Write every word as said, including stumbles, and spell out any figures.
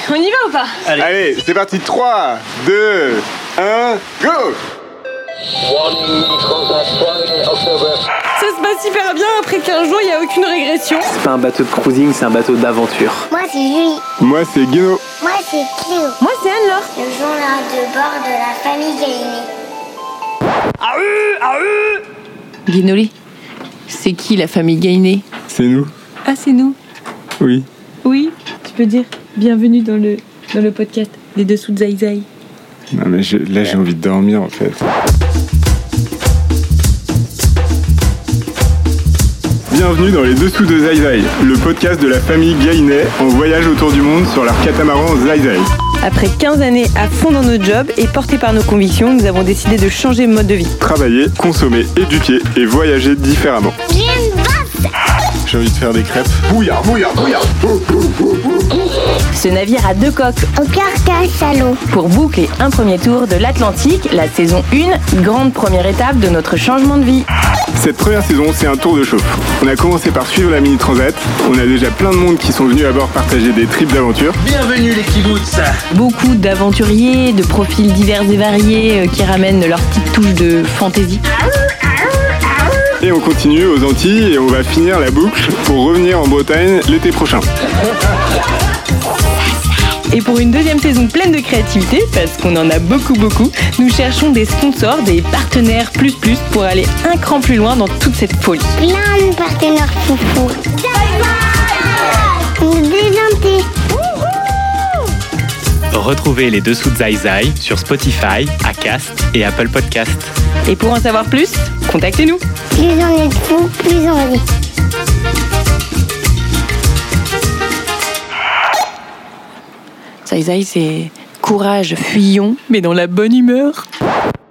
on y va ou pas? Allez, Allez c'est parti, trois, deux, un, go! Ça se passe super bien, après quinze jours, il n'y a aucune régression. C'est pas un bateau de cruising, c'est un bateau d'aventure. Moi c'est Julie. Moi c'est Guéno. Moi c'est Cléo. Moi c'est Anne-Laure. Le journal de bord de la famille Gainé. Ah oui, ah oui. Guinoli, c'est qui la famille Gainé? C'est nous. Ah, c'est nous? Oui. Oui, tu peux dire bienvenue dans le, dans le podcast des Dessous de Zai Zai. Non mais je, là j'ai envie de dormir en fait. Bienvenue dans les Dessous de Zai Zai, le podcast de la famille Gainet en voyage autour du monde sur leur catamaran Zai Zai. Après quinze années à fond dans notre job et portés par nos convictions, nous avons décidé de changer de mode de vie. Travailler, consommer, éduquer et voyager différemment. J'ai une basse. J'ai envie de faire des crêpes. Bouillard, bouillard, bouillard. Ce navire a deux coques Au carcasse à l'eau. pour boucler un premier tour de l'Atlantique, la saison un, grande première étape de notre changement de vie. Cette première saison, c'est un tour de chauffe. On a commencé par suivre la Mini Transat. On a déjà plein de monde qui sont venus à bord partager des trips d'aventure. Bienvenue les kibbutz. Beaucoup d'aventuriers, de profils divers et variés euh, qui ramènent leur petite touche de fantaisie. Et on continue aux Antilles et on va finir la boucle pour revenir en Bretagne l'été prochain. Et pour une deuxième saison pleine de créativité, parce qu'on en a beaucoup beaucoup, nous cherchons des sponsors, des partenaires plus plus pour aller un cran plus loin dans toute cette folie. Plein de partenaires foufou. Nous déjanter. Retrouvez les Dessous de Zai Zai sur Spotify, Acast et Apple Podcast. Et pour en savoir plus, contactez-nous. Plus on est de fous, plus on rit. Zai Zai, c'est courage, fuyons, mais dans la bonne humeur.